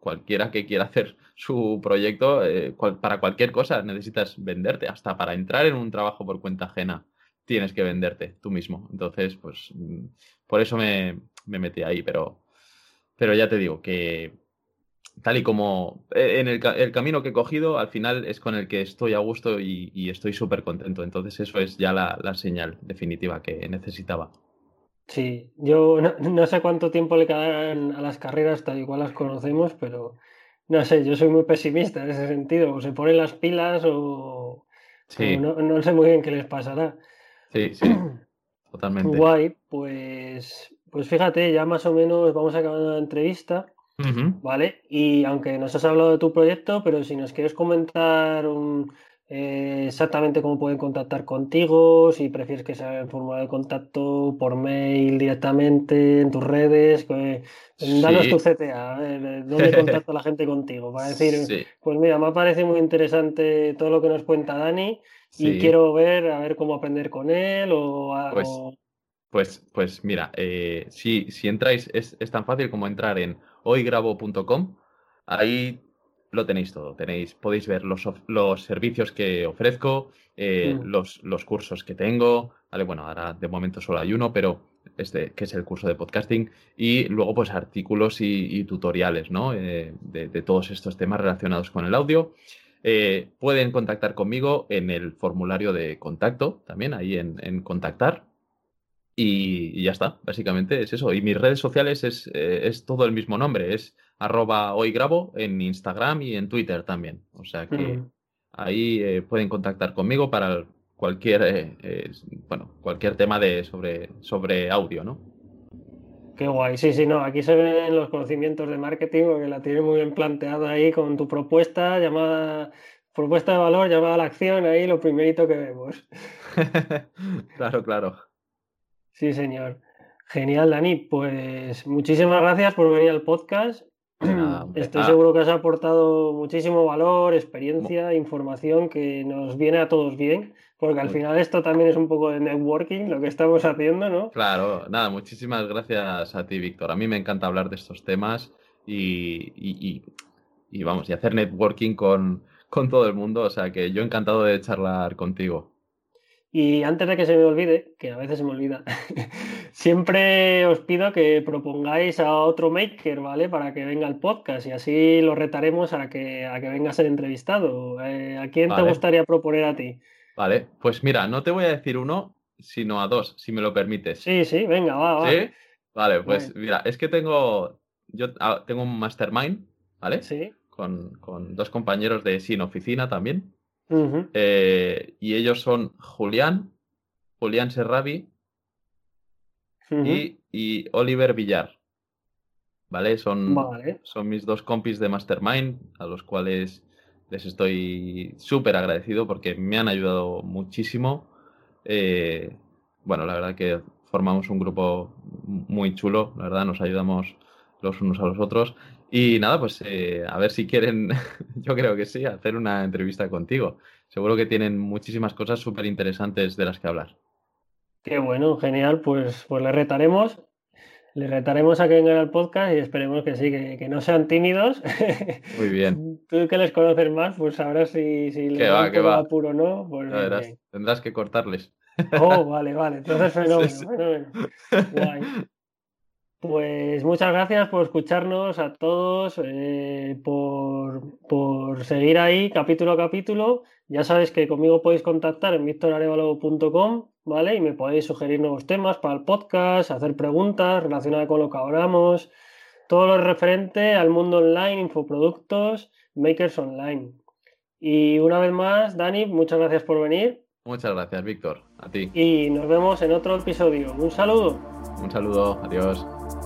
cualquiera que quiera hacer su proyecto, eh, cual, para cualquier cosa necesitas venderte, hasta para entrar en un trabajo por cuenta ajena tienes que venderte tú mismo. Entonces, pues por eso me, me metí ahí, pero, pero ya te digo que tal y como en el, el camino que he cogido, al final es con el que estoy a gusto y, y estoy súper contento. Entonces eso es ya la, la señal definitiva que necesitaba. Sí, yo no, no sé cuánto tiempo le quedarán a las carreras tal y cual las conocemos, pero no sé, yo soy muy pesimista en ese sentido. O se ponen las pilas o, o Sí, no, no sé muy bien qué les pasará. sí, sí, totalmente. Guay, pues, pues fíjate, ya más o menos vamos acabando la entrevista, Ujú. ¿vale? Y aunque nos has hablado de tu proyecto, pero si nos quieres comentar un, eh, exactamente cómo pueden contactar contigo, si prefieres que sea en forma de contacto, por mail directamente, en tus redes, que- danos tu Sí. C T A, a ver, eh, ¿dónde contacta la gente contigo? Para decir, Sí, pues mira, me parece muy interesante todo lo que nos cuenta Dani y sí. quiero ver, a ver cómo aprender con él o, a- Pues, o pues, pues mira, eh, si, si entráis, es, es tan fácil como entrar en hoygrabo punto com. Ahí lo tenéis todo. Tenéis, podéis ver los, of- los servicios que ofrezco, eh, mm. los, los cursos que tengo. Vale, bueno, ahora de momento solo hay uno, pero este, que es el curso de podcasting. Y luego, pues, artículos y, y tutoriales, ¿no? Eh, de, de todos estos temas relacionados con el audio. Eh, pueden contactar conmigo en el formulario de contacto, también ahí en, en contactar. Y, y ya está, básicamente es eso. Y mis redes sociales es, eh, es todo el mismo nombre, es arroba hoygrabo en Instagram y en Twitter también. O sea que Mm, ahí eh, pueden contactar conmigo para cualquier, eh, eh, bueno, cualquier tema de, sobre, sobre audio, ¿no? qué guay. Sí, sí, no, aquí se ven los conocimientos de marketing porque la tienes muy bien planteada ahí con tu propuesta llamada, propuesta de valor llamada a la acción, ahí lo primerito que vemos. Claro, claro. Sí, señor. Genial, Dani. Pues muchísimas gracias por venir al podcast. De nada, hombre. Estoy Ah, seguro que has aportado muchísimo valor, mu- experiencia, información que nos viene a todos bien, porque al mu- final esto también es un poco de networking, lo que estamos haciendo, ¿no? claro, nada, muchísimas gracias a ti, Víctor. A mí me encanta hablar de estos temas y, y- y- y vamos, y hacer networking con, con todo el mundo. O sea que yo encantado de charlar contigo. Y antes de que se me olvide, que a veces se me olvida, siempre os pido que propongáis a otro maker, ¿vale? Para que venga al podcast y así lo retaremos a que, a que venga a ser entrevistado. Eh, ¿a quién te Vale, gustaría proponer a ti? vale. Pues mira, no te voy a decir uno, sino a dos, si me lo permites. Sí, sí, venga, va, va. ¿Sí? Vale, Bueno, pues mira, es que tengo, yo ah, tengo un mastermind, ¿vale? sí. Con, con dos compañeros de Sin Oficina también. Ujú, Eh, y ellos son Julián, Julián Serrabi ujú. y, y Oliver Villar, ¿vale? Son, Vale. son mis dos compis de Mastermind, a los cuales les estoy súper agradecido porque me han ayudado muchísimo. Eh, bueno, la verdad que formamos un grupo muy chulo, la verdad, nos ayudamos los unos a los otros. Y nada, pues eh, a ver si quieren, yo creo que sí, hacer una entrevista contigo. Seguro que tienen muchísimas cosas súper interesantes de las que hablar. Qué bueno, genial. Pues, pues le retaremos. Le retaremos a que vengan al podcast y esperemos que sí, que, que no sean tímidos. Muy bien. Tú que les conoces más, pues sabrás si, si Que les da va, un que poco va. de apuro o no. Pues Ya bien, verás, bien. tendrás que cortarles. Oh, vale, vale. Entonces, Sí, fenómeno, sí. fenómeno. Guay. Pues muchas gracias por escucharnos a todos, eh, por, por seguir ahí capítulo a capítulo. Ya sabes que conmigo podéis contactar en victor arevalo punto com, ¿vale? Y me podéis sugerir nuevos temas para el podcast, hacer preguntas relacionadas con lo que hablamos, todo lo referente al mundo online, infoproductos, makers online. Y una vez más, Dani, muchas gracias por venir Muchas gracias, Víctor. A ti. y nos vemos en otro episodio. Un saludo. Un saludo. Adiós.